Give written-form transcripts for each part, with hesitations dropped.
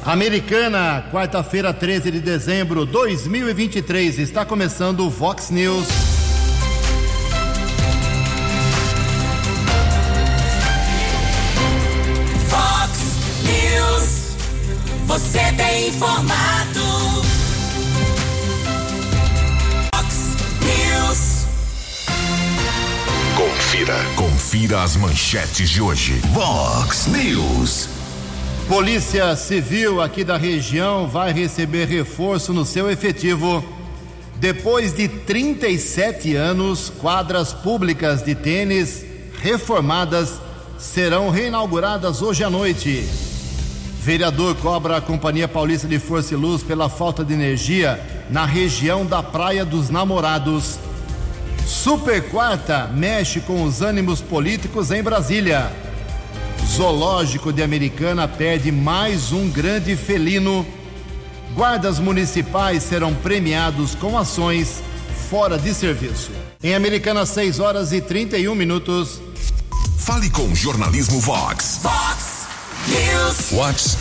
Americana, quarta-feira, 13 de dezembro de 2023. Está começando o Vox News. Vox News. Você tem informado. Vox News. Confira as manchetes de hoje. Vox News. Polícia Civil aqui da região vai receber reforço no seu efetivo. Depois de 37 anos, quadras públicas de tênis reformadas serão reinauguradas hoje à noite. Vereador cobra a Companhia Paulista de Força e Luz pela falta de energia na região da Praia dos Namorados. Super quarta mexe com os ânimos políticos em Brasília. Zoológico de Americana perde mais um grande felino. Guardas municipais serão premiados com ações fora de serviço. Em Americana, 6 horas e 31 minutos. Fale com o Jornalismo Vox. Vox News. Vox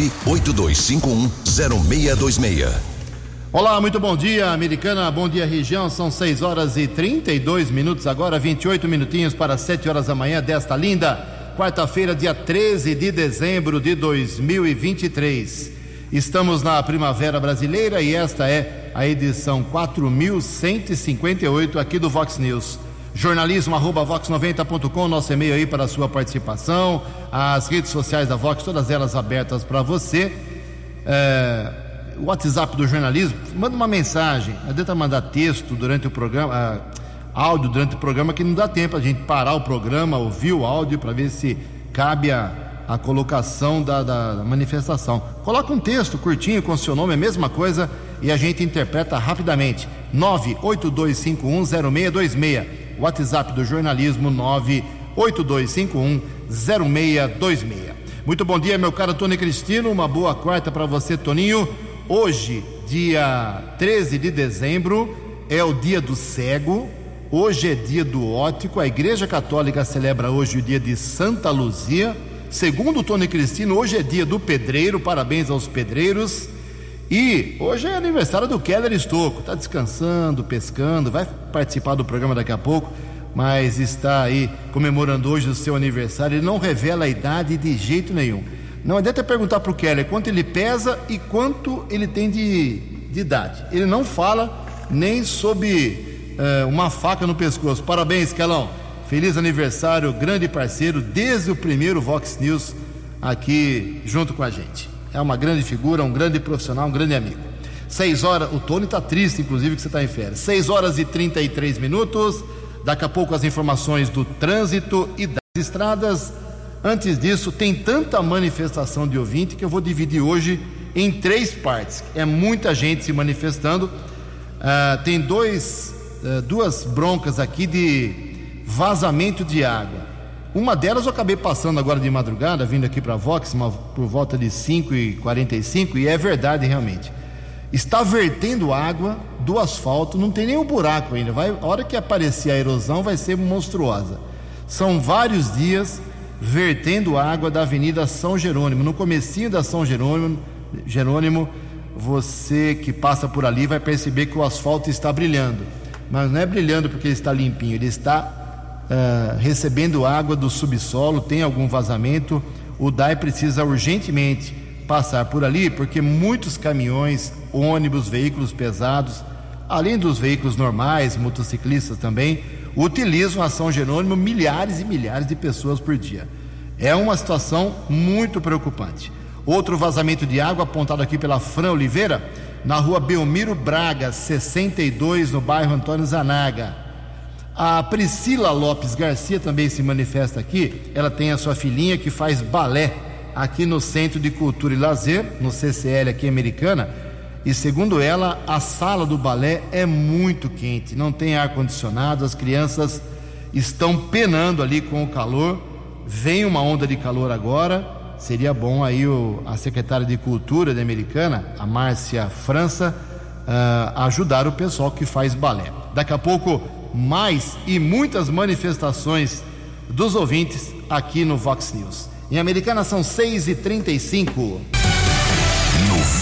982510626. Olá, muito bom dia, Americana, bom dia, região. São 6 horas e 32 minutos agora, 28 minutinhos para 7 horas da manhã desta linda quarta-feira, dia 13 de dezembro de 2023. Estamos na Primavera Brasileira e esta é a edição 4158 aqui do Vox News. Jornalismo@vox90.com, nosso e-mail aí para a sua participação. As redes sociais da Vox, todas elas abertas para você. O WhatsApp do jornalismo, manda uma mensagem. Não adianta mandar texto durante o programa, áudio durante o programa, que não dá tempo a gente parar o programa, ouvir o áudio para ver se cabe a colocação da manifestação. Coloca um texto curtinho com seu nome, a mesma coisa, e a gente interpreta rapidamente. 982510626, WhatsApp do jornalismo 982510626. Muito bom dia, meu caro Tony Cristino, uma boa quarta para você, Toninho. Hoje, dia 13 de dezembro, é o dia do cego. Hoje é dia do óptico. A Igreja Católica celebra hoje o dia de Santa Luzia. Segundo o Tony Cristino, hoje é dia do pedreiro. Parabéns aos pedreiros. E hoje é aniversário do Keller Estocco. Está descansando, pescando, vai participar do programa daqui a pouco, mas está aí comemorando hoje o seu aniversário. Ele não revela a idade de jeito nenhum. Não adianta perguntar para o Keller quanto ele pesa e quanto ele tem de idade. Ele não fala nem sobre uma faca no pescoço. Parabéns, Kelão. Feliz aniversário, grande parceiro, desde o primeiro Vox News aqui junto com a gente. É uma grande figura, um grande profissional, um grande amigo. 6 horas, o Tony está triste, inclusive, que você está em férias. 6 horas e 33 minutos. Daqui a pouco as informações do trânsito e das estradas. Antes disso, tem tanta manifestação de ouvinte que eu vou dividir hoje em 3 partes. É muita gente se manifestando. Tem duas broncas aqui de vazamento de água. Uma delas eu acabei passando agora de madrugada, vindo aqui para a Vox, por volta de 5h45, e é verdade realmente. Está vertendo água do asfalto, não tem nenhum buraco ainda. A hora que aparecer a erosão vai ser monstruosa. São vários dias vertendo água da Avenida São Jerônimo. No comecinho da São Jerônimo, você que passa por ali vai perceber que o asfalto está brilhando. Mas não é brilhando porque ele está limpinho, ele está recebendo água do subsolo, tem algum vazamento. O DAI precisa urgentemente passar por ali, porque muitos caminhões, ônibus, veículos pesados, além dos veículos normais, motociclistas também, utilizam a São Jerônimo, milhares e milhares de pessoas por dia. É uma situação muito preocupante. Outro vazamento de água apontado aqui pela Fran Oliveira, na rua Belmiro Braga, 62, no bairro Antônio Zanaga. A Priscila Lopes Garcia também se manifesta aqui. Ela tem a sua filhinha que faz balé aqui no Centro de Cultura e Lazer, no CCL aqui Americana, e segundo ela, a sala do balé é muito quente, não tem ar-condicionado, as crianças estão penando ali com o calor. Vem uma onda de calor agora, seria bom aí a secretária de Cultura da Americana, a Márcia França, ajudar o pessoal que faz balé. Daqui a pouco, mais e muitas manifestações dos ouvintes aqui no Vox News. Em Americana são 6h35.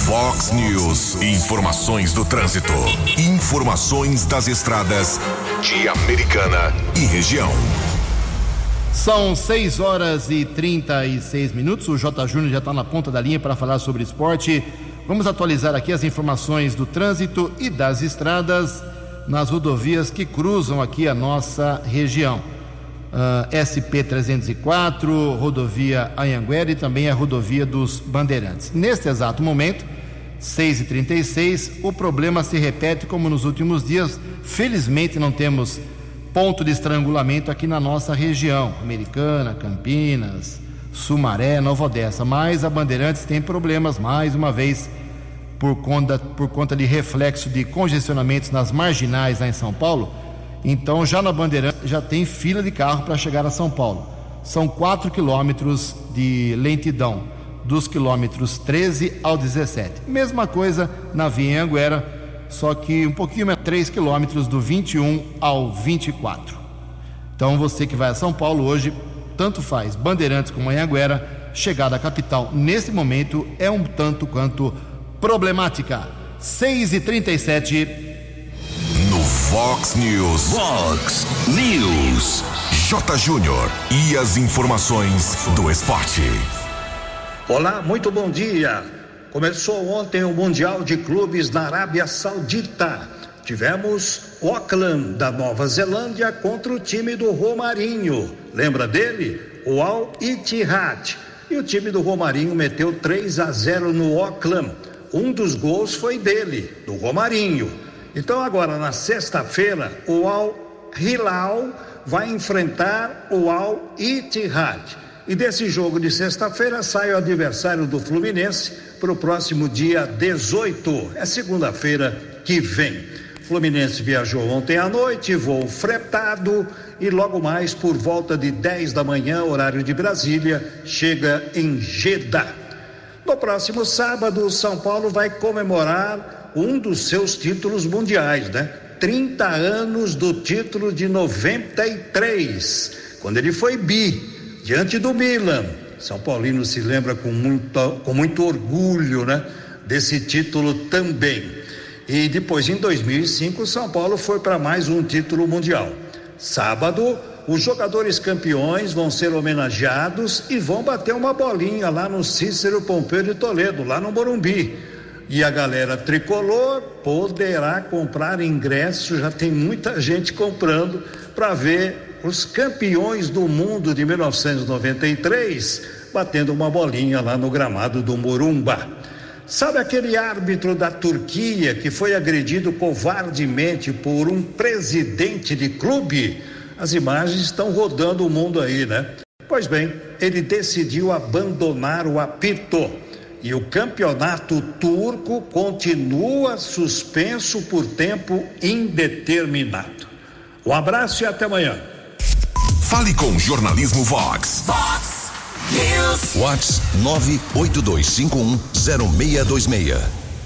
Vox News. Informações do trânsito. Informações das estradas de Americana e região. São 6h36. O J. Júnior já está na ponta da linha para falar sobre esporte. Vamos atualizar aqui as informações do trânsito e das estradas nas rodovias que cruzam aqui a nossa região. SP-304, rodovia Anhanguera e também a rodovia dos Bandeirantes. Neste exato momento, 6h36, o problema se repete como nos últimos dias. Felizmente não temos ponto de estrangulamento aqui na nossa região, Americana, Campinas, Sumaré, Nova Odessa, mas a Bandeirantes tem problemas mais uma vez por conta de reflexo de congestionamentos nas marginais lá em São Paulo. Então já na Bandeirantes já tem fila de carro para chegar a São Paulo. São 4 quilômetros de lentidão, dos quilômetros 13 ao 17. Mesma coisa na Via Anhanguera, só que um pouquinho mais, 3 quilômetros do 21 ao 24. Então você que vai a São Paulo hoje, tanto faz Bandeirantes como Anhanguera, chegar à capital nesse momento é um tanto quanto problemática. 6h37. No Vox News. Vox News. J. Júnior e as informações do esporte. Olá, muito bom dia. Começou ontem o Mundial de Clubes na Arábia Saudita. Tivemos Auckland da Nova Zelândia contra o time do Romarinho. Lembra dele? O Al Ittihad. E o time do Romarinho meteu 3-0 no Auckland. Um dos gols foi dele, do Romarinho. Então agora na sexta-feira o Al Hilal vai enfrentar o Al Ittihad. E desse jogo de sexta-feira sai o adversário do Fluminense para o próximo dia 18. É segunda-feira que vem. Fluminense viajou ontem à noite, voo fretado, e logo mais por volta de 10 da manhã, horário de Brasília, chega em Jeddah. No próximo sábado, o São Paulo vai comemorar um dos seus títulos mundiais, 30 anos do título de 93, quando ele foi diante do Milan. São Paulino se lembra com muito orgulho, desse título também. E depois, em 2005, o São Paulo foi para mais um título mundial. Sábado, os jogadores campeões vão ser homenageados e vão bater uma bolinha lá no Cícero Pompeu de Toledo, lá no Morumbi. E a galera tricolor poderá comprar ingresso, já tem muita gente comprando para ver os campeões do mundo de 1993 batendo uma bolinha lá no gramado do Morumba. Sabe aquele árbitro da Turquia que foi agredido covardemente por um presidente de clube? As imagens estão rodando o mundo aí, Pois bem, ele decidiu abandonar o apito. E o campeonato turco continua suspenso por tempo indeterminado. Um abraço e até amanhã. Fale com Jornalismo Vox. Vox News. Vox 982510626.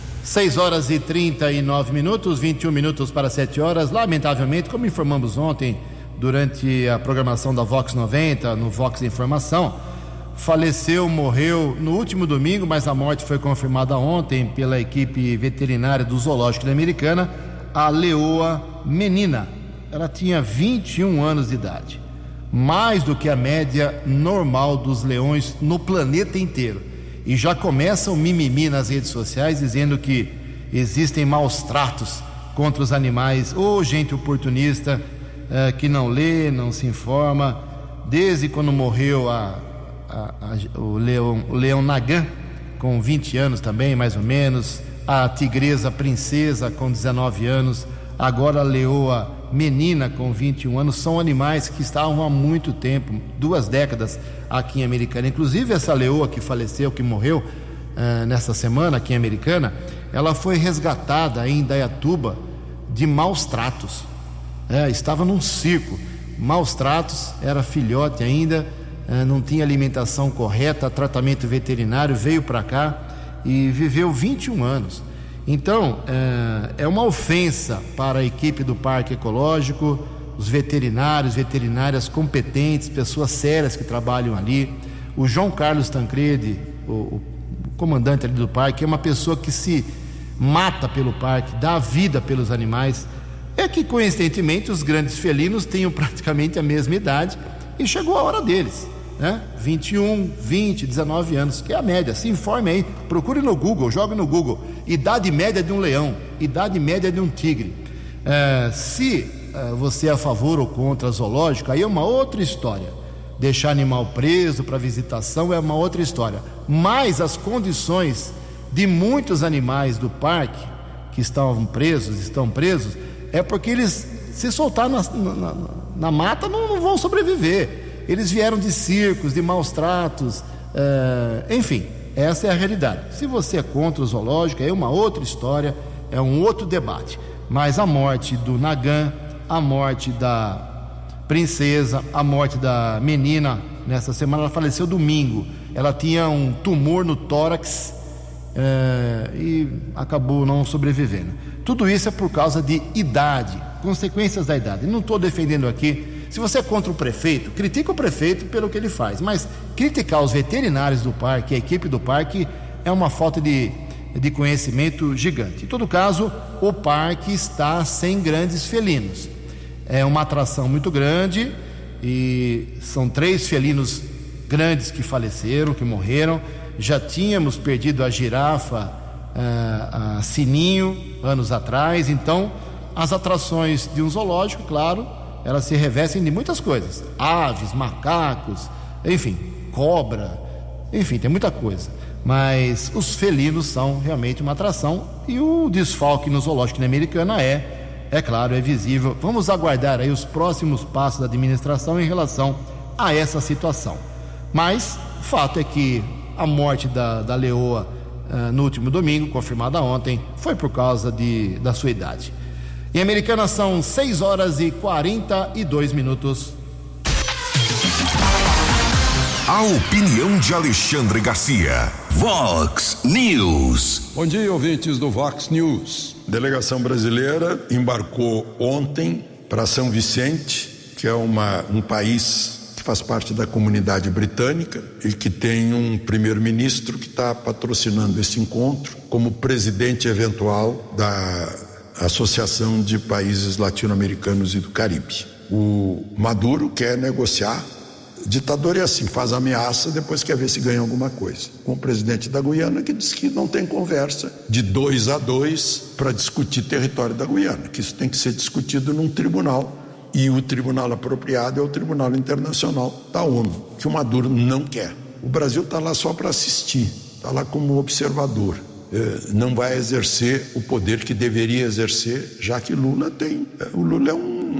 6h39, 21 minutos para 7 horas. Lamentavelmente, como informamos ontem, durante a programação da Vox 90, no Vox Informação, morreu no último domingo, mas a morte foi confirmada ontem pela equipe veterinária do Zoológico da Americana, a leoa Menina. Ela tinha 21 anos de idade, mais do que a média normal dos leões no planeta inteiro. E já começa o mimimi nas redes sociais dizendo que existem maus tratos contra os animais, ou gente oportunista que não lê, não se informa. Desde quando morreu o leão Nagã, com 20 anos também, mais ou menos, a tigresa Princesa, com 19 anos, agora a leoa Menina, com 21 anos, são animais que estavam há muito tempo, 2 décadas aqui em Americana. Inclusive essa leoa que faleceu, que morreu nessa semana aqui em Americana, ela foi resgatada em Indaiatuba de maus tratos. Estava num circo, maus tratos, era filhote ainda, não tinha alimentação correta, tratamento veterinário, veio para cá e viveu 21 anos. Então, é uma ofensa para a equipe do Parque Ecológico, os veterinários, veterinárias competentes, pessoas sérias que trabalham ali. O João Carlos Tancredi, o comandante ali do parque, é uma pessoa que se mata pelo parque, dá vida pelos animais. É que, coincidentemente, os grandes felinos tenham praticamente a mesma idade e chegou a hora deles, né? 21, 20, 19 anos, que é a média. Se informe aí, procure no Google, jogue no Google, idade média de um leão, idade média de um tigre. Se você é a favor ou contra zoológico, aí é uma outra história. Deixar animal preso para visitação é uma outra história. Mas as condições de muitos animais do parque que estão presos, é porque eles, se soltar na mata, não vão sobreviver. Eles vieram de circos, de maus tratos, enfim, essa é a realidade. Se você é contra o zoológico, é uma outra história, é um outro debate. Mas a morte do Nagant, a morte da princesa, a morte da menina, nessa semana, ela faleceu domingo. Ela tinha um tumor no tórax e acabou não sobrevivendo. Tudo isso é por causa de idade, consequências da idade. Não estou defendendo aqui. Se você é contra o prefeito, critica o prefeito pelo que ele faz, mas criticar os veterinários do parque, a equipe do parque, é uma falta de conhecimento gigante. Em todo caso, o parque está sem grandes felinos. É uma atração muito grande e são 3 felinos grandes que faleceram, que morreram. Já tínhamos perdido a girafa, a Sininho, anos atrás. Então, as atrações de um zoológico, claro, elas se revestem de muitas coisas: aves, macacos, enfim, cobra, enfim, tem muita coisa. Mas os felinos são realmente uma atração e o desfalque no zoológico na Americana é claro, é visível. Vamos aguardar aí os próximos passos da administração em relação a essa situação. Mas o fato é que a morte da leoa no último domingo, confirmada ontem, foi por causa da sua idade. Em Americana são 6 horas e 42 minutos. A opinião de Alexandre Garcia. Vox News. Bom dia, ouvintes do Vox News. Delegação brasileira embarcou ontem para São Vicente, que é um país que faz parte da comunidade britânica e que tem um primeiro-ministro que está patrocinando esse encontro como presidente eventual da Associação de Países Latino-Americanos e do Caribe. O Maduro quer negociar. Ditador é assim, faz ameaça, depois quer ver se ganha alguma coisa. Com o presidente da Guiana, que diz que não tem conversa de 2 a 2 para discutir território da Guiana, que isso tem que ser discutido num tribunal, e o tribunal apropriado é o Tribunal Internacional da ONU, que o Maduro não quer. O Brasil está lá só para assistir, está lá como observador. Não vai exercer o poder que deveria exercer, já que Lula tem. O Lula é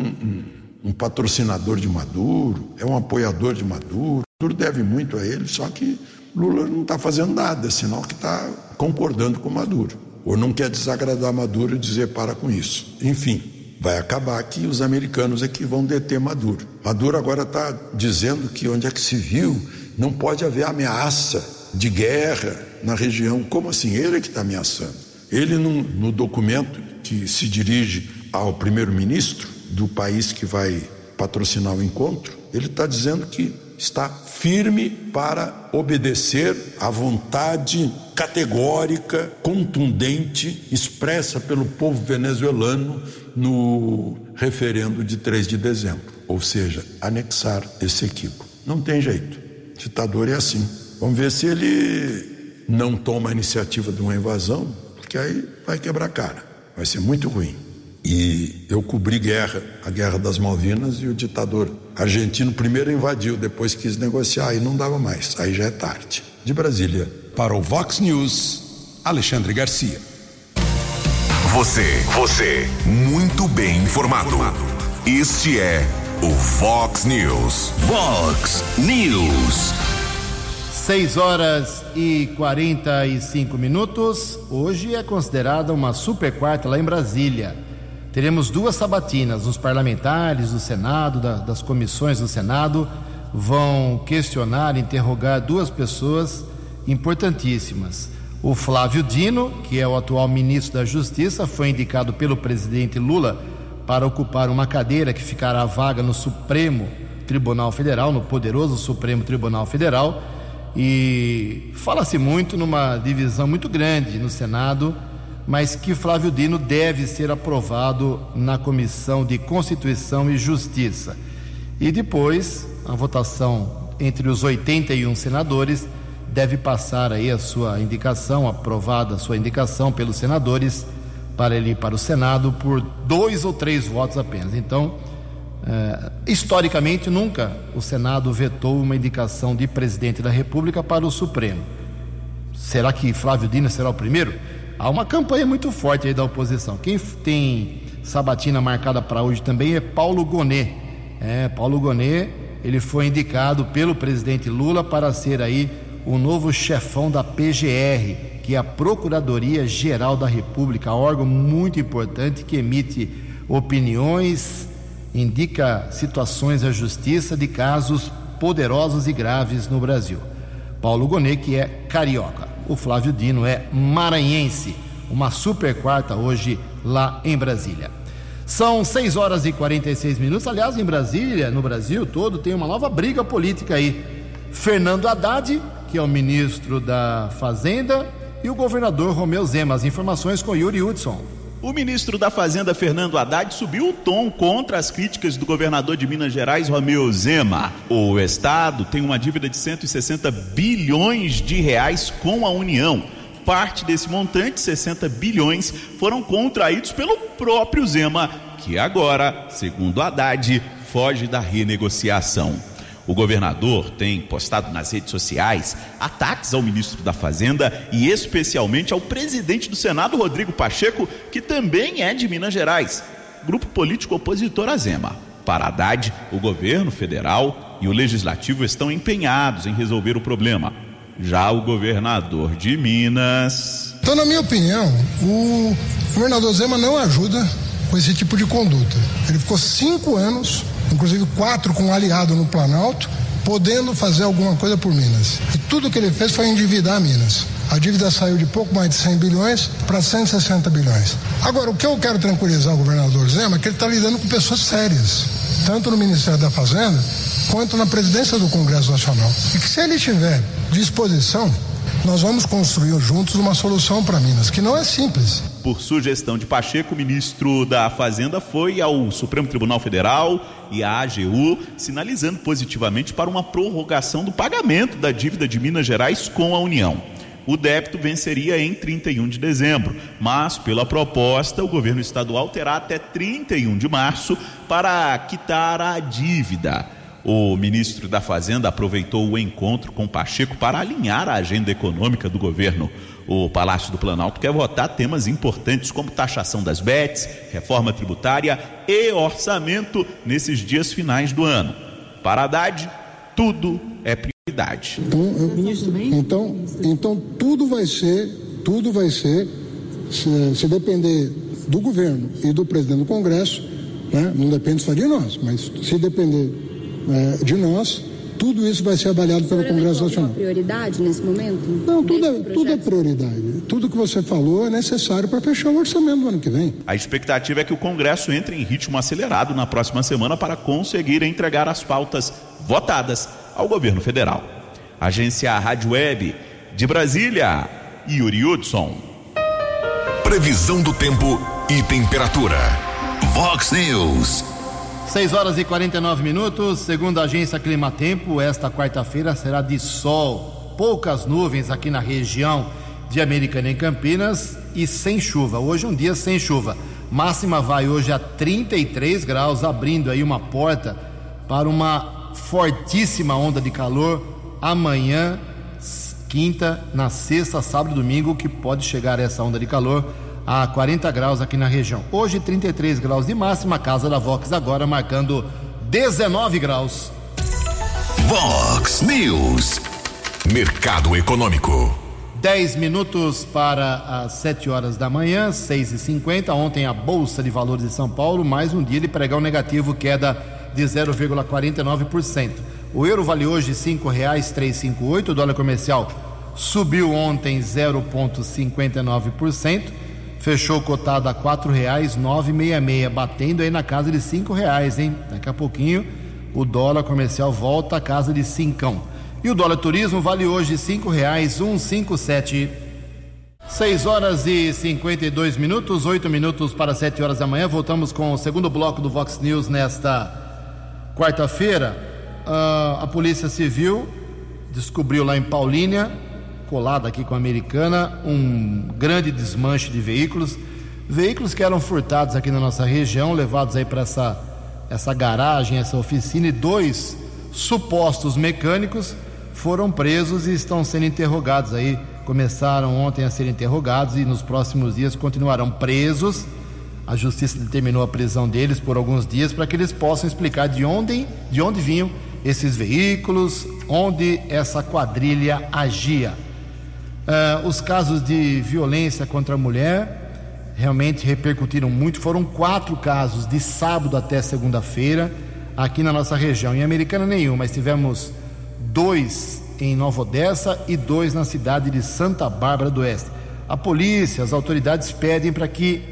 um patrocinador de Maduro, é um apoiador de Maduro. Maduro deve muito a ele, só que Lula não está fazendo nada, sinal que está concordando com Maduro. Ou não quer desagradar Maduro e dizer para com isso. Enfim, vai acabar que os americanos é que vão deter Maduro. Maduro agora está dizendo que onde é que se viu, não pode haver ameaça de guerra na região. Como assim? Ele é que está ameaçando. Ele, no documento que se dirige ao primeiro-ministro do país que vai patrocinar o encontro, ele está dizendo que está firme para obedecer à vontade categórica, contundente, expressa pelo povo venezuelano no referendo de 3 de dezembro, ou seja, anexar esse equipo. Não tem jeito, ditador é assim. Vamos ver se ele não toma a iniciativa de uma invasão, porque aí vai quebrar a cara, vai ser muito ruim. E eu cobri a guerra das Malvinas, e o ditador argentino primeiro invadiu, depois quis negociar e não dava mais, aí já é tarde. De Brasília, para o Vox News, Alexandre Garcia. Você, muito bem informado. Este é o Vox News. Vox News. 6 horas e 45 minutos. Hoje é considerada uma super quarta lá em Brasília. Teremos 2 sabatinas. Os parlamentares do Senado, das comissões do Senado, vão questionar, interrogar 2 pessoas importantíssimas. O Flávio Dino, que é o atual ministro da Justiça, foi indicado pelo presidente Lula para ocupar uma cadeira que ficará vaga no Supremo Tribunal Federal, no poderoso Supremo Tribunal Federal. E fala-se muito numa divisão muito grande no Senado, mas que Flávio Dino deve ser aprovado na Comissão de Constituição e Justiça. E depois, a votação entre os 81 senadores deve passar aí a sua indicação, aprovada a sua indicação pelos senadores para ele ir para o Senado por 2 ou 3 votos apenas. Então, historicamente, nunca o Senado vetou uma indicação de presidente da República para o Supremo. Será que Flávio Dino será o primeiro? Há uma campanha muito forte aí da oposição. Quem tem sabatina marcada para hoje também é Paulo Gonet. Paulo Gonet, ele foi indicado pelo presidente Lula para ser aí o novo chefão da PGR, que é a Procuradoria Geral da República, órgão muito importante que emite opiniões, indica situações à justiça de casos poderosos e graves no Brasil. Paulo Gonet, que é carioca. O Flávio Dino é maranhense. Uma super quarta hoje lá em Brasília. São 6 horas e 46 minutos. Aliás, em Brasília, no Brasil todo, tem uma nova briga política aí. Fernando Haddad, que é o ministro da Fazenda, e o governador Romeu Zema. As informações com Yuri Hudson. O ministro da Fazenda, Fernando Haddad, subiu o tom contra as críticas do governador de Minas Gerais, Romeu Zema. O estado tem uma dívida de 160 bilhões de reais com a União. Parte desse montante, 60 bilhões, foram contraídos pelo próprio Zema, que agora, segundo Haddad, foge da renegociação. O governador tem postado nas redes sociais ataques ao ministro da Fazenda e especialmente ao presidente do Senado, Rodrigo Pacheco, que também é de Minas Gerais, grupo político opositor a Zema. Para Haddad, o governo federal e o legislativo estão empenhados em resolver o problema. Já o governador de Minas... Então, na minha opinião, o governador Zema não ajuda com esse tipo de conduta. Ele ficou 5 anos... inclusive 4 com um aliado no Planalto, podendo fazer alguma coisa por Minas. E tudo que ele fez foi endividar Minas. A dívida saiu de pouco mais de 100 bilhões para 160 bilhões. Agora, o que eu quero tranquilizar o governador Zema é que ele está lidando com pessoas sérias, tanto no Ministério da Fazenda quanto na presidência do Congresso Nacional. E que se ele tiver disposição, nós vamos construir juntos uma solução para Minas, que não é simples. Por sugestão de Pacheco, o ministro da Fazenda foi ao Supremo Tribunal Federal e à AGU, sinalizando positivamente para uma prorrogação do pagamento da dívida de Minas Gerais com a União. O débito venceria em 31 de dezembro, mas, pela proposta, o governo estadual terá até 31 de março para quitar a dívida. O ministro da Fazenda aproveitou o encontro com Pacheco para alinhar a agenda econômica do governo. O Palácio do Planalto quer votar temas importantes como taxação das bets, reforma tributária e orçamento nesses dias finais do ano. Para Haddad, tudo é prioridade. Então tudo vai ser, se depender do governo e do presidente do Congresso, né, não depende só de nós, mas se depender de nós, tudo isso vai ser avaliado pelo Congresso Nacional. Prioridade nesse momento? Não, tudo é prioridade. Tudo que você falou é necessário para fechar o orçamento do ano que vem. A expectativa é que o Congresso entre em ritmo acelerado na próxima semana para conseguir entregar as pautas votadas ao governo federal. Agência Rádio Web de Brasília, Yuri Hudson. Previsão do tempo e temperatura. Vox News. 6 horas e 49 minutos, segundo a agência Climatempo, esta quarta-feira será de sol, poucas nuvens aqui na região de Americana e Campinas e sem chuva. Hoje um dia sem chuva. Máxima vai hoje a 33 graus, abrindo aí uma porta para uma fortíssima onda de calor amanhã, quinta, na sexta, sábado e domingo, que pode chegar essa onda de calor a 40 graus aqui na região. Hoje 33 graus de máxima, Casa da Vox agora marcando 19 graus. Vox News. Mercado Econômico. 10 minutos para as 7 horas da manhã, 6h50. Ontem a Bolsa de Valores de São Paulo, mais um dia de pregão negativo, queda de 0,49%. O euro vale hoje R$ 5,358, o dólar comercial subiu ontem 0,59%. Fechou cotado a R$ 4,966, batendo aí na casa de R$ 5, hein? Daqui a pouquinho o dólar comercial volta à casa de 5. E o dólar turismo vale hoje R$5,157. 6h52, 8 minutos para 7 horas da manhã. Voltamos com o segundo bloco do Vox News nesta quarta-feira. A Polícia Civil descobriu lá em Paulínia, colada aqui com a Americana, um grande desmanche de veículos que eram furtados aqui na nossa região, levados aí para essa garagem, essa oficina, e 2 supostos mecânicos foram presos e estão sendo interrogados aí. Começaram ontem a ser interrogados e nos próximos dias continuarão presos. A justiça determinou a prisão deles por alguns dias para que eles possam explicar de onde vinham esses veículos, onde essa quadrilha agia. Os casos de violência contra a mulher realmente repercutiram muito. Foram 4 casos de sábado até segunda-feira aqui na nossa região. Em Americana nenhum, mas tivemos 2 em Nova Odessa e 2 na cidade de Santa Bárbara do Oeste. A polícia, as autoridades pedem para que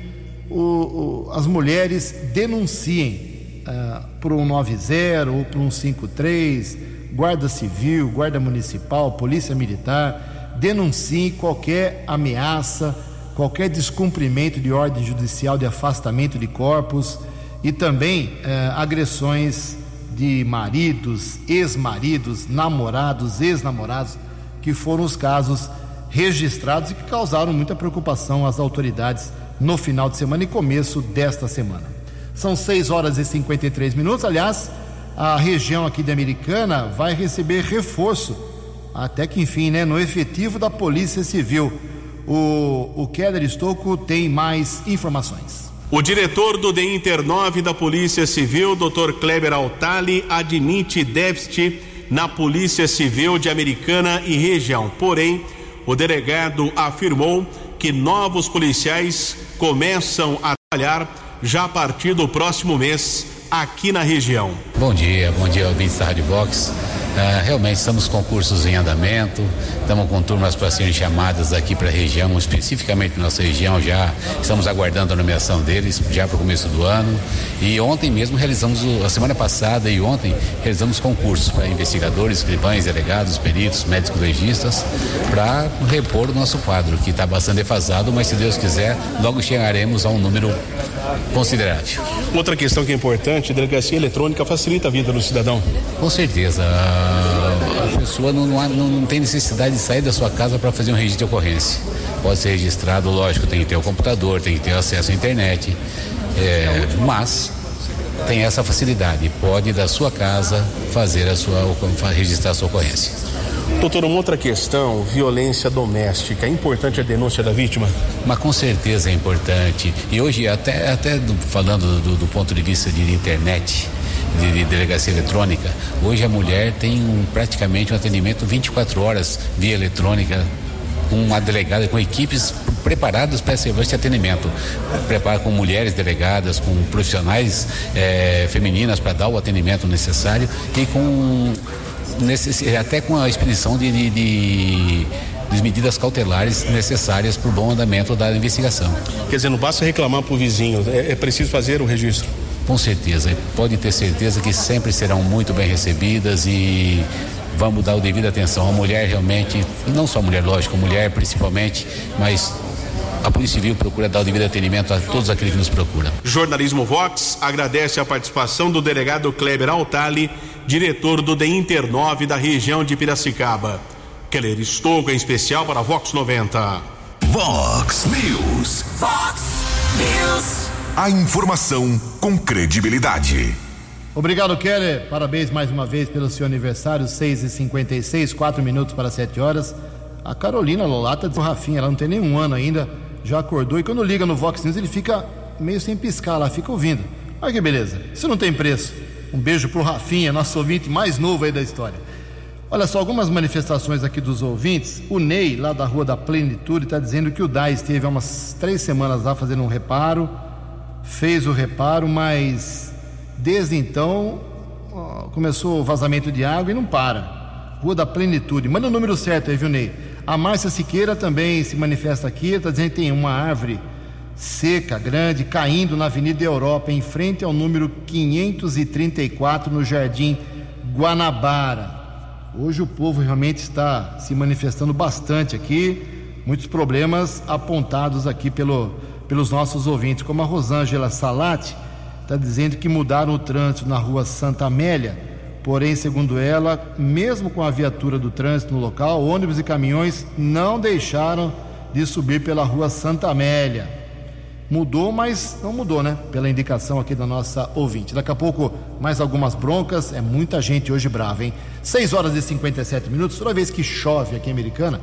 as mulheres denunciem por 190 ou por 153, Guarda Civil, Guarda Municipal, Polícia Militar, denunciem qualquer ameaça, qualquer descumprimento de ordem judicial de afastamento de corpos e também agressões de maridos, ex-maridos, namorados, ex-namorados, que foram os casos registrados e que causaram muita preocupação às autoridades no final de semana e começo desta semana. São 6h53. Aliás, a região aqui de Americana vai receber reforço, até que enfim, né, no efetivo da Polícia Civil. O Keller Estocco tem mais informações. O diretor do DINTER 9 da Polícia Civil, Dr. Kleber Altali, admite déficit na Polícia Civil de Americana e região. Porém, o delegado afirmou que novos policiais começam a trabalhar já a partir do próximo mês aqui na região. Bom dia, ouvintes da Rádio Vox. Realmente estamos com cursos em andamento, estamos com turmas para serem chamadas aqui para a região, especificamente na nossa região. Já estamos aguardando a nomeação deles já para o começo do ano, e ontem mesmo a semana passada e ontem realizamos concursos para investigadores, escrivães, delegados, peritos, médicos legistas, para repor o nosso quadro, que está bastante defasado, mas se Deus quiser, logo chegaremos a um número considerável. Outra questão que é importante, a delegacia eletrônica facilita a vida do cidadão. Com certeza, a pessoa não tem necessidade de sair da sua casa para fazer um registro de ocorrência. Pode ser registrado, lógico, tem que ter o computador, tem que ter acesso à internet, mas tem essa facilidade, pode da sua casa registrar a sua ocorrência. Doutor, uma outra questão, violência doméstica, é importante a denúncia da vítima? Mas com certeza é importante, e hoje até falando do ponto de vista de internet, de delegacia eletrônica, hoje a mulher tem praticamente um atendimento 24 horas via eletrônica, com uma delegada, com equipes preparadas para esse atendimento, prepara com mulheres delegadas, com profissionais femininas para dar o atendimento necessário e até com a expedição de medidas cautelares necessárias para o bom andamento da investigação. Quer dizer, não basta reclamar para o vizinho, é preciso fazer o registro. Com certeza, pode ter certeza que sempre serão muito bem recebidas e vamos dar a devida atenção. A mulher realmente, não só a mulher, lógico, a mulher principalmente, mas a Polícia Civil procura dar o devido atendimento a todos aqueles que nos procuram. Jornalismo Vox agradece a participação do delegado Kleber Altali, diretor do DINTER 9 da região de Piracicaba. Keller Estocco em especial para Vox 90. Vox News. Vox News. A informação com credibilidade. Obrigado, Keller. Parabéns mais uma vez pelo seu aniversário, 6h56, 4 minutos para 7 horas. A Carolina Lolata do Rafinha, ela não tem nenhum ano ainda, já acordou, e quando liga no Vox News ele fica meio sem piscar lá, fica ouvindo. Olha que beleza, isso não tem preço. Um beijo pro Rafinha, nosso ouvinte mais novo aí da história. Olha só, algumas manifestações aqui dos ouvintes. O Ney, lá da Rua da Plenitude, está dizendo que o DAI esteve há umas 3 semanas lá fazendo um reparo, fez o reparo, mas desde então começou o vazamento de água e não para. Rua da Plenitude, manda o número certo aí, viu, Ney? A Márcia Siqueira também se manifesta aqui, está dizendo que tem uma árvore seca, grande, caindo na Avenida Europa, em frente ao número 534, no Jardim Guanabara. Hoje o povo realmente está se manifestando bastante aqui, muitos problemas apontados aqui pelos nossos ouvintes, como a Rosângela Salati está dizendo que mudaram o trânsito na rua Santa Amélia, porém, segundo ela, mesmo com a viatura do trânsito no local, ônibus e caminhões não deixaram de subir pela rua Santa Amélia. Mudou, mas não mudou, né? Pela indicação aqui da nossa ouvinte. Daqui a pouco, mais algumas broncas. É muita gente hoje brava, hein? 6h57. Toda vez que chove aqui em Americana,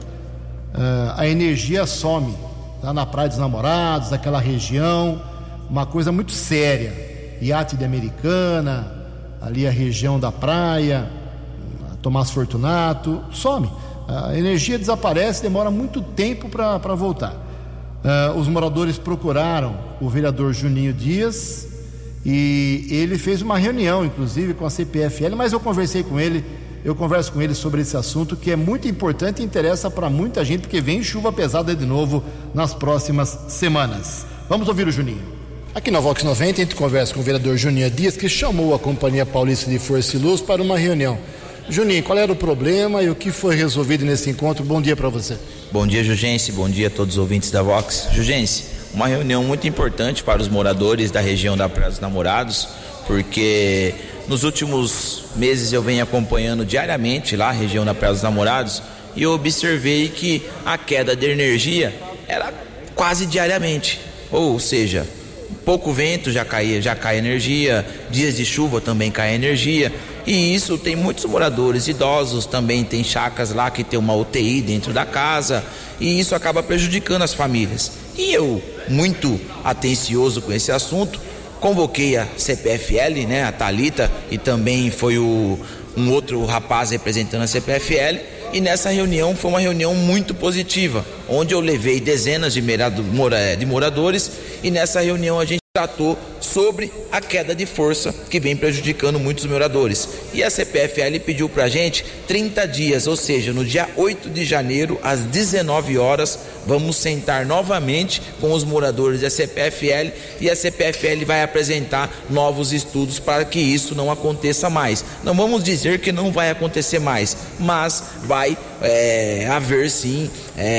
a energia some. Lá na Praia dos Namorados, aquela região. Uma coisa muito séria. Iate de Americana, ali a região da praia, Tomás Fortunato, some. A energia desaparece, demora muito tempo para voltar. Os moradores procuraram o vereador Juninho Dias e ele fez uma reunião, inclusive, com a CPFL, mas eu converso com ele sobre esse assunto que é muito importante e interessa para muita gente, porque vem chuva pesada de novo nas próximas semanas. Vamos ouvir o Juninho. Aqui na Vox 90 a gente conversa com o vereador Juninho Dias, que chamou a Companhia Paulista de Força e Luz para uma reunião. Juninho, qual era o problema e o que foi resolvido nesse encontro? Bom dia para você. Bom dia, Jugense. Bom dia a todos os ouvintes da Vox. Jugense, uma reunião muito importante para os moradores da região da Praia dos Namorados, porque nos últimos meses eu venho acompanhando diariamente lá a região da Praia dos Namorados e eu observei que a queda de energia era quase diariamente, ou seja, pouco vento já cai energia, dias de chuva também cai energia. E isso tem muitos moradores idosos, também tem chácaras lá que tem uma UTI dentro da casa, e isso acaba prejudicando as famílias. E eu, muito atencioso com esse assunto, convoquei a CPFL, né, a Thalita, e também foi um outro rapaz representando a CPFL, e nessa reunião foi uma reunião muito positiva, onde eu levei dezenas de moradores, e nessa reunião a gente tratou sobre a queda de força que vem prejudicando muitos moradores. E a CPFL pediu pra gente 30 dias, ou seja, no dia 8 de janeiro, às 19 horas, vamos sentar novamente com os moradores da CPFL e a CPFL vai apresentar novos estudos para que isso não aconteça mais. Não vamos dizer que não vai acontecer mais, mas vai haver sim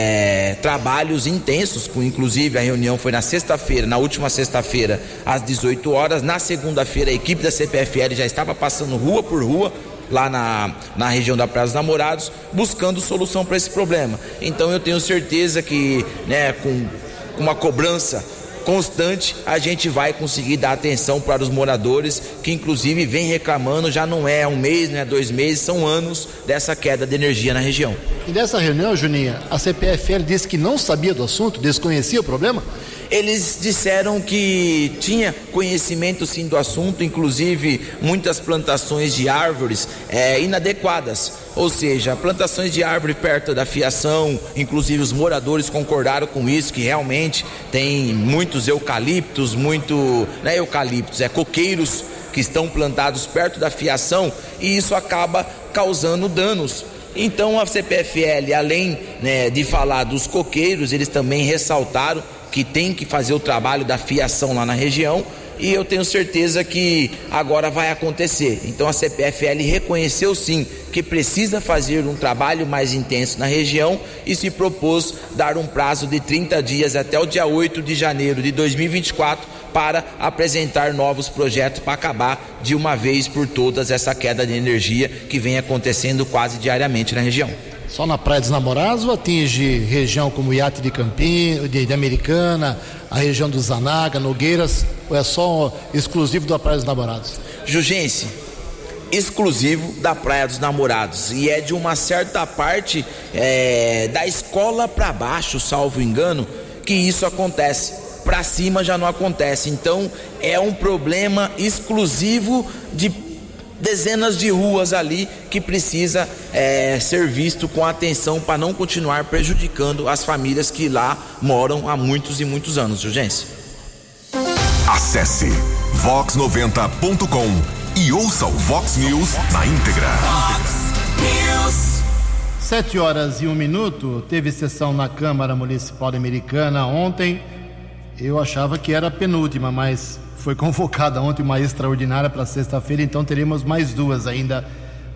trabalhos intensos, inclusive a reunião foi na sexta-feira, na última sexta-feira, às 18 horas. Na segunda-feira a equipe da CPFL já estava passando rua por rua lá na região da Praia dos Namorados, buscando solução para esse problema. Então eu tenho certeza que, né, com uma cobrança constante, a gente vai conseguir dar atenção para os moradores que inclusive vem reclamando, já não é um mês, não é 2 meses, são anos dessa queda de energia na região. E nessa reunião, Juninha, a CPFL disse que não sabia do assunto, desconhecia o problema? Eles disseram que tinha conhecimento sim do assunto, inclusive muitas plantações de árvores inadequadas, ou seja, plantações de árvore perto da fiação, inclusive os moradores concordaram com isso, que realmente tem muitos eucaliptos, coqueiros que estão plantados perto da fiação e isso acaba causando danos. Então a CPFL, além, de falar dos coqueiros, eles também ressaltaram que tem que fazer o trabalho da fiação lá na região e eu tenho certeza que agora vai acontecer. Então a CPFL reconheceu sim que precisa fazer um trabalho mais intenso na região e se propôs dar um prazo de 30 dias até o dia 8 de janeiro de 2024 para apresentar novos projetos para acabar de uma vez por todas essa queda de energia que vem acontecendo quase diariamente na região. Só na Praia dos Namorados ou atinge região como Iate de Campinas, de Americana, a região do Zanaga, Nogueiras, ou é só exclusivo da Praia dos Namorados? Jugense, exclusivo da Praia dos Namorados e é de uma certa parte da escola para baixo, salvo engano, que isso acontece. Para cima já não acontece. Então é um problema exclusivo de dezenas de ruas ali que precisa ser visto com atenção para não continuar prejudicando as famílias que lá moram há muitos e muitos anos, Jugense. Acesse vox90.com e ouça o Vox News na íntegra. News. 7h01, teve sessão na Câmara Municipal de Americana ontem. Eu achava que era a penúltima, mas foi convocada ontem uma extraordinária para sexta-feira, então teremos mais 2 ainda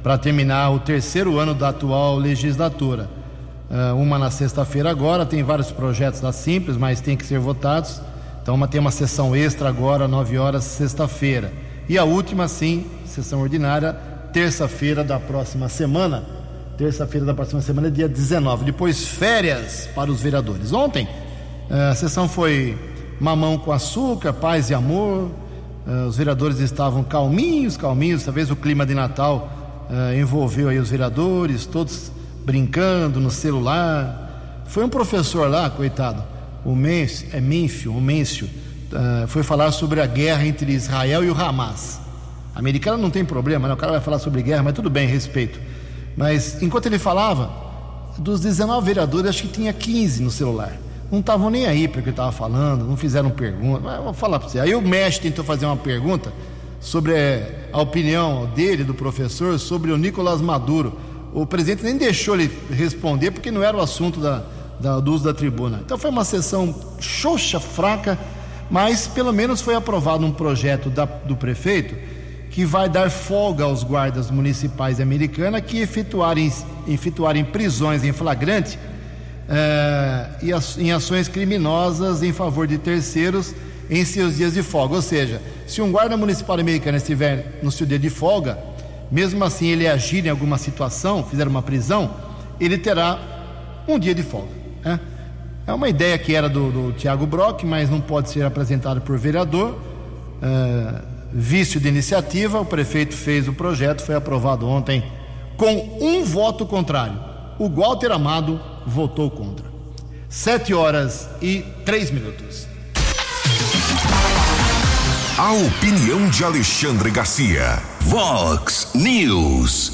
para terminar o terceiro ano da atual legislatura. Uma na sexta-feira agora, tem vários projetos da Simples, mas tem que ser votados. Então tem uma sessão extra agora, 9 horas, sexta-feira. E a última, sim, sessão ordinária, terça-feira da próxima semana. Terça-feira da próxima semana é dia 19. Depois férias para os vereadores. Ontem, a sessão foi mamão com açúcar, paz e amor. Os vereadores estavam calminhos. Talvez o clima de Natal envolveu aí os vereadores, todos brincando no celular. Foi um professor lá, coitado, o Mêncio, foi falar sobre a guerra entre Israel e o Hamas. A americana não tem problema, né? O cara vai falar sobre guerra, mas tudo bem, respeito. Mas enquanto ele falava, dos 19 vereadores, acho que tinha 15 no celular. Não estavam nem aí porque ele estava falando, não fizeram pergunta. Mas eu vou falar para você. Aí o mestre tentou fazer uma pergunta sobre a opinião dele, do professor, sobre o Nicolás Maduro. O presidente nem deixou ele responder porque não era o assunto do uso da tribuna. Então foi uma sessão xoxa, fraca, mas pelo menos foi aprovado um projeto do prefeito que vai dar folga aos guardas municipais de Americana que efetuarem prisões em flagrante e em ações criminosas em favor de terceiros em seus dias de folga. Ou seja, se um guarda municipal americano estiver no seu dia de folga, mesmo assim ele agir em alguma situação, fizer uma prisão, ele terá um dia de folga. É uma ideia que era do Thiago Brock, mas não pode ser apresentada por vereador. Vício de iniciativa, o prefeito fez o projeto, foi aprovado ontem com um voto contrário. O Walter Amado votou contra. 7h03. A opinião de Alexandre Garcia. Vox News.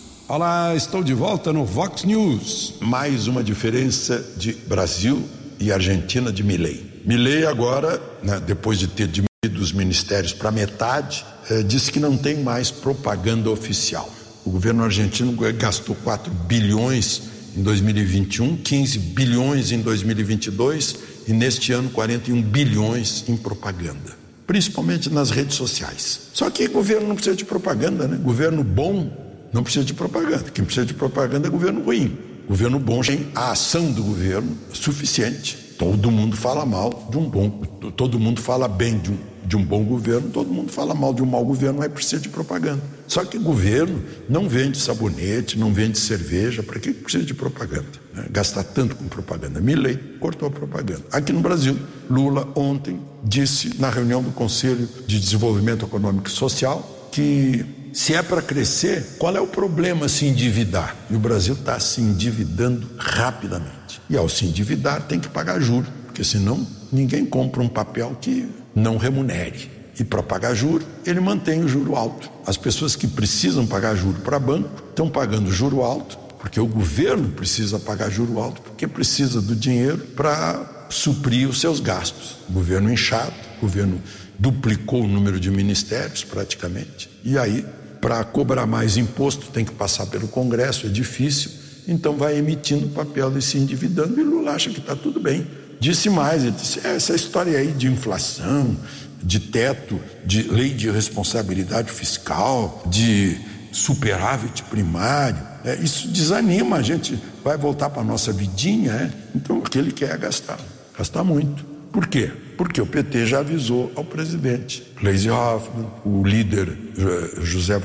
Olá, estou de volta no Vox News. Mais uma diferença de Brasil e Argentina de Milei. Milei agora, depois de ter diminuído os ministérios para metade, disse que não tem mais propaganda oficial. O governo argentino gastou 4 bilhões em 2021, 15 bilhões em 2022 e neste ano 41 bilhões em propaganda, principalmente nas redes sociais. Só que o governo não precisa de propaganda, né? Governo bom não precisa de propaganda. Quem precisa de propaganda é governo ruim. Governo bom tem a ação do governo suficiente. Todo mundo fala mal de um bom, todo mundo fala bem de um bom governo, todo mundo fala mal de um mau governo, mas precisa de propaganda. Só que governo não vende sabonete, não vende cerveja, para que precisa de propaganda? Gastar tanto com propaganda. Milei cortou a propaganda. Aqui no Brasil, Lula ontem disse na reunião do Conselho de Desenvolvimento Econômico e Social que se é para crescer, qual é o problema se endividar? E o Brasil está se endividando rapidamente. E ao se endividar tem que pagar juros, porque senão ninguém compra um papel que não remunere. E para pagar juro, ele mantém o juro alto. As pessoas que precisam pagar juro para banco estão pagando juro alto, porque o governo precisa pagar juro alto, porque precisa do dinheiro para suprir os seus gastos. O governo inchado, o governo duplicou o número de ministérios praticamente. E aí, para cobrar mais imposto, tem que passar pelo Congresso, é difícil. Então vai emitindo papel e se endividando, e Lula acha que está tudo bem. Disse mais, ele disse, essa história aí de inflação, de teto, de lei de responsabilidade fiscal, de superávit primário, isso desanima, a gente vai voltar para a nossa vidinha, Então o que ele quer é gastar muito. Por quê? Porque o PT já avisou ao presidente Gleisi Hoffmann, o líder José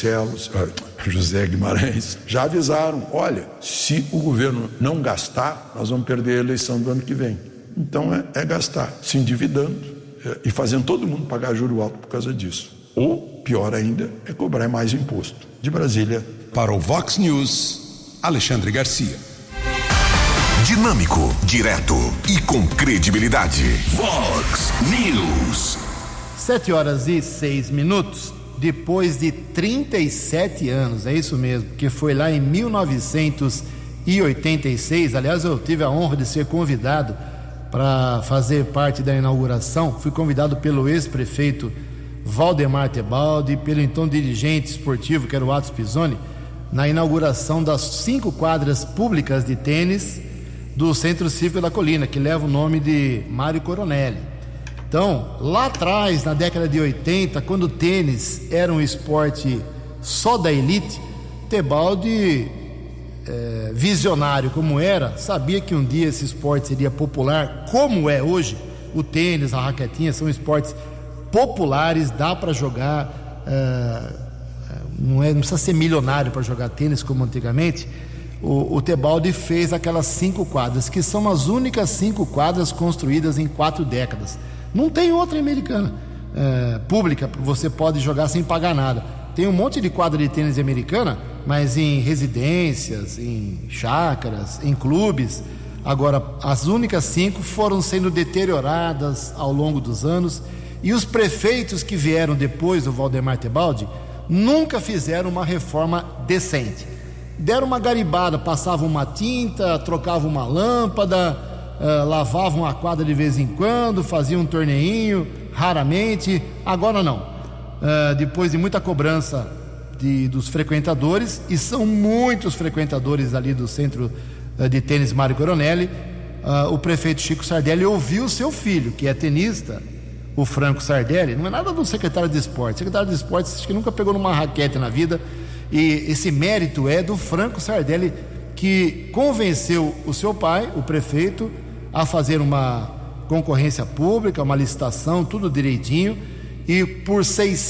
Guimarães, já avisaram, olha, se o governo não gastar, nós vamos perder a eleição do ano que vem. Então é gastar, se endividando e fazendo todo mundo pagar juro alto por causa disso. Ou, pior ainda, é cobrar mais imposto. De Brasília, para o Vox News, Alexandre Garcia. Dinâmico, direto e com credibilidade. Vox News. 7h06. Depois de 37 anos, é isso mesmo, que foi lá em 1986. Aliás, eu tive a honra de ser convidado para fazer parte da inauguração. Fui convidado pelo ex-prefeito Valdemar Tebaldi, pelo então dirigente esportivo, que era o Atos Pisoni, na inauguração das 5 quadras públicas de tênis do Centro Cívico da Colina, que leva o nome de Mário Coronelli. Então, lá atrás, na década de 80, quando o tênis era um esporte só da elite, Tebaldi, visionário como era, sabia que um dia esse esporte seria popular, como é hoje. O tênis, a raquetinha são esportes populares, dá para jogar, não precisa ser milionário para jogar tênis como antigamente. O Tebaldi fez aquelas 5 quadras, que são as únicas 5 quadras construídas em 4 décadas. Não tem outra americana pública, você pode jogar sem pagar nada. Tem um monte de quadra de tênis americana, mas em residências, em chácaras, em clubes. Agora, as únicas 5 foram sendo deterioradas ao longo dos anos, e os prefeitos que vieram depois do Valdemar Tebaldi nunca fizeram uma reforma decente. Deram uma garibada, passavam uma tinta, trocavam uma lâmpada, lavavam a quadra de vez em quando, faziam um torneinho, raramente. Agora não. Depois de muita cobrança dos frequentadores, e são muitos frequentadores ali do centro de tênis Mário Coronelli, o prefeito Chico Sardelli ouviu seu filho, que é tenista, o Franco Sardelli. Não é nada do secretário de esportes. O secretário de esportes acho que nunca pegou numa raquete na vida, e esse mérito é do Franco Sardelli, que convenceu o seu pai, o prefeito, a fazer uma concorrência pública, uma licitação, tudo direitinho, e por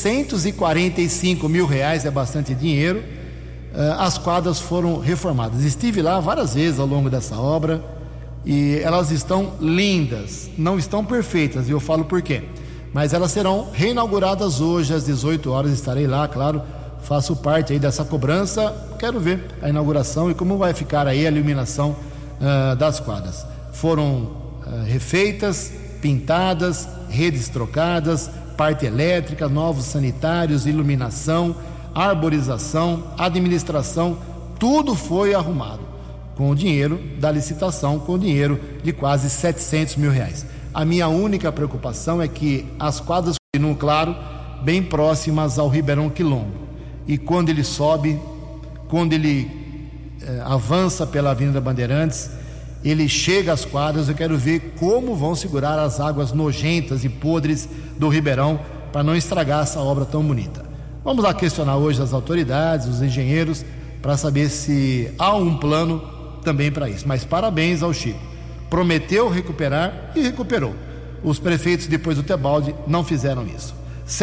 R$645 mil, é bastante dinheiro, as quadras foram reformadas. Estive lá várias vezes ao longo dessa obra e elas estão lindas, não estão perfeitas, e eu falo por quê, mas elas serão reinauguradas hoje às 18 horas, estarei lá, claro, faço parte aí dessa cobrança, quero ver a inauguração e como vai ficar aí a iluminação das quadras. Foram refeitas, pintadas, redes trocadas, parte elétrica, novos sanitários, iluminação, arborização, administração, tudo foi arrumado com o dinheiro da licitação, com o dinheiro de quase R$700 mil. A minha única preocupação é que as quadras continuam, claro, bem próximas ao Ribeirão Quilombo, e quando ele sobe, quando ele avança pela Avenida Bandeirantes, ele chega às quadras. Eu quero ver como vão segurar as águas nojentas e podres do Ribeirão para não estragar essa obra tão bonita. Vamos lá questionar hoje as autoridades, os engenheiros, para saber se há um plano também para isso. Mas parabéns ao Chico, prometeu recuperar e recuperou. Os prefeitos depois do Tebaldi não fizeram isso.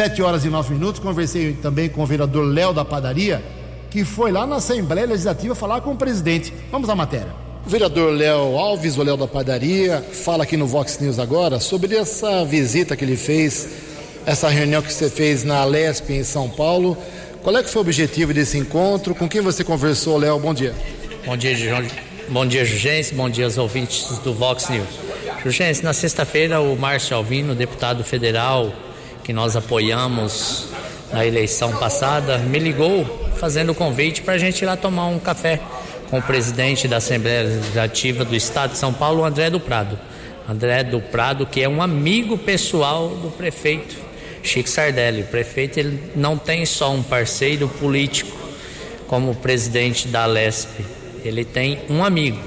7h09, conversei também com o vereador Léo da Padaria, que foi lá na Assembleia Legislativa falar com o presidente. Vamos à matéria. O vereador Léo Alves, o Léo da Padaria, fala aqui no Vox News agora sobre essa visita que ele fez, essa reunião que você fez na Alesp em São Paulo. Qual é que foi o objetivo desse encontro? Com quem você conversou, Léo? Bom dia. Bom dia, Jugense. Bom dia aos ouvintes do Vox News. Jugense, na sexta-feira o Márcio Alvino, deputado federal que nós apoiamos na eleição passada, me ligou fazendo o convite para a gente ir lá tomar um café com o presidente da Assembleia Legislativa do Estado de São Paulo, André do Prado. André do Prado, que é um amigo pessoal do prefeito Chico Sardelli. O prefeito, ele não tem só um parceiro político como presidente da Alesp, ele tem um amigo.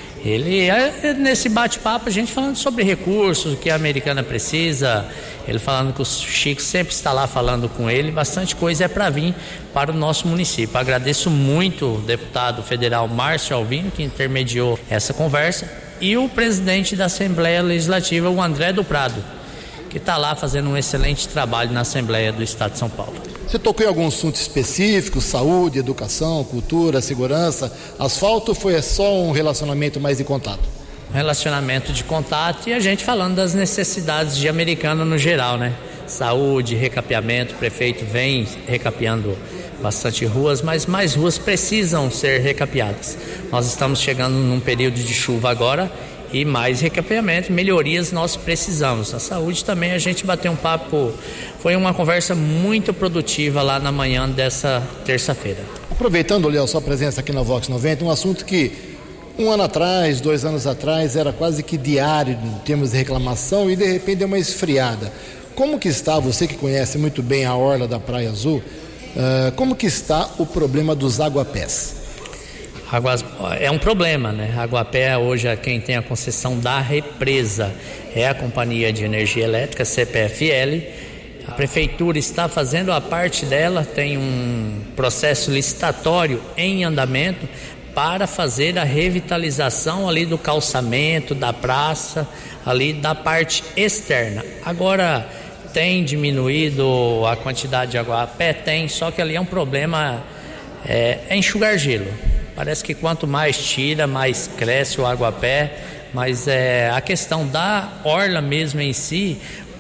Nesse bate-papo, a gente falando sobre recursos, o que a Americana precisa, ele falando que o Chico sempre está lá falando com ele, bastante coisa é para vir para o nosso município. Agradeço muito o deputado federal Márcio Alvino, que intermediou essa conversa, e o presidente da Assembleia Legislativa, o André do Prado, que está lá fazendo um excelente trabalho na Assembleia do Estado de São Paulo. Você tocou em algum assunto específico, saúde, educação, cultura, segurança, asfalto, ou foi só um relacionamento mais de contato? Um relacionamento de contato e a gente falando das necessidades de Americana no geral, né? Saúde, recapeamento, o prefeito vem recapeando bastante ruas, mas mais ruas precisam ser recapeadas. Nós estamos chegando num período de chuva agora e mais recapeamento, melhorias nós precisamos. A saúde também, a gente bateu um papo, foi uma conversa muito produtiva lá na manhã dessa terça-feira. Aproveitando, Léo, sua presença aqui na Vox 90, um assunto que 1 ano atrás, 2 anos atrás, era quase que diário em termos de reclamação e de repente deu uma esfriada. Como que está, você que conhece muito bem a orla da Praia Azul, como que está o problema dos aguapés? É um problema, né? Aguapé hoje é quem tem a concessão da represa, é a Companhia de Energia Elétrica, CPFL. A prefeitura está fazendo a parte dela, tem um processo licitatório em andamento para fazer a revitalização ali do calçamento, da praça, ali da parte externa. Agora, tem diminuído a quantidade de água a pé? Tem, só que ali é um problema, é enxugar gelo. Parece que quanto mais tira, mais cresce o água a pé, mas a questão da orla mesmo em si,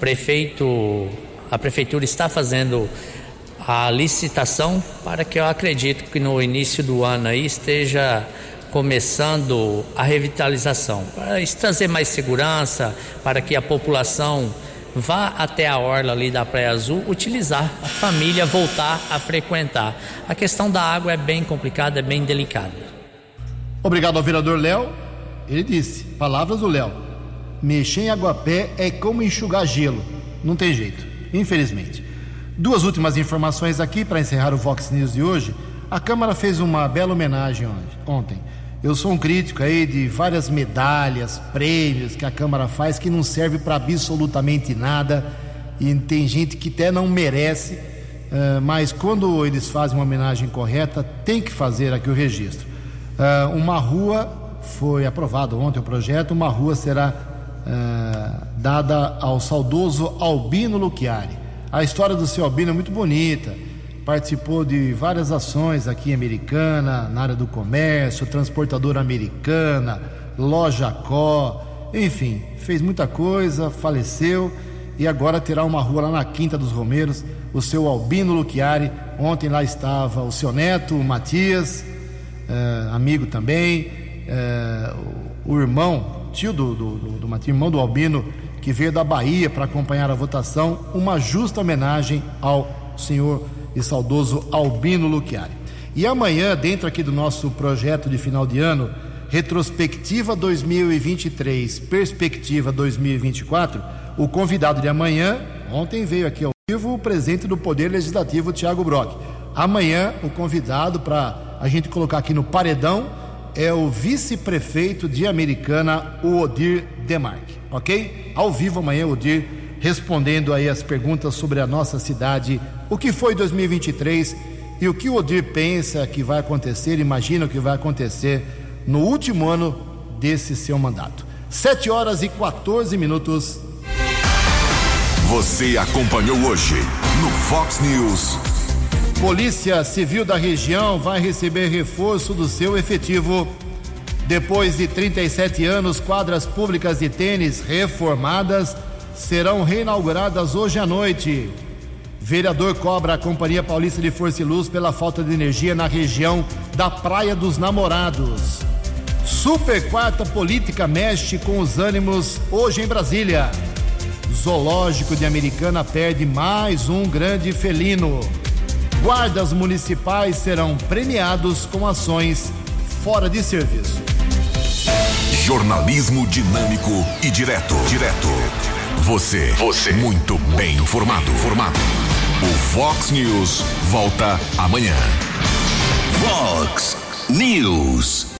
a prefeitura está fazendo a licitação para que eu acredito que no início do ano aí esteja começando a revitalização, para isso trazer mais segurança, para que a população vá até a orla ali da Praia Azul, utilizar, a família voltar a frequentar. A questão da água é bem complicada, é bem delicada. Obrigado ao vereador Léo. Ele disse, palavras do Léo: mexer em água-pé é como enxugar gelo, não tem jeito, infelizmente. Duas últimas informações aqui para encerrar o Vox News de hoje. A Câmara fez uma bela homenagem ontem. Eu sou um crítico aí de várias medalhas, prêmios que a Câmara faz que não serve para absolutamente nada, e tem gente que até não merece, mas quando eles fazem uma homenagem correta, tem que fazer aqui o registro. Uma rua, foi aprovado ontem o projeto, uma rua será dada ao saudoso Albino Luchiari. A história do seu Albino é muito bonita, participou de várias ações aqui em Americana, na área do comércio, transportadora Americana, Loja Có, enfim, fez muita coisa, faleceu e agora terá uma rua lá na Quinta dos Romeiros, o seu Albino Luchiari. Ontem lá estava o seu neto, o Matias, amigo também, o irmão, tio do Matias, irmão do Albino, que veio da Bahia para acompanhar a votação. Uma justa homenagem ao senhor e saudoso Albino Luchiari. E amanhã, dentro aqui do nosso projeto de final de ano, retrospectiva 2023, perspectiva 2024, o convidado de amanhã, ontem veio aqui ao vivo o presidente do Poder Legislativo, Thiago Brock. Amanhã o convidado para a gente colocar aqui no paredão é o vice-prefeito de Americana, o Odir Demarque, ok? Ao vivo amanhã o Odir respondendo aí as perguntas sobre a nossa cidade, o que foi 2023 e o que o Odir pensa que vai acontecer, imagina o que vai acontecer no último ano desse seu mandato. 7h14. Você acompanhou hoje no Fox News. Polícia Civil da região vai receber reforço do seu efetivo. Depois de 37 anos, quadras públicas de tênis reformadas serão reinauguradas hoje à noite. Vereador cobra a Companhia Paulista de Força e Luz pela falta de energia na região da Praia dos Namorados. Super quarta política mexe com os ânimos hoje em Brasília. Zoológico de Americana perde mais um grande felino. Guardas municipais serão premiados com ações fora de serviço. Jornalismo dinâmico e direto. Você muito bem informado. O Fox News volta amanhã. Fox News.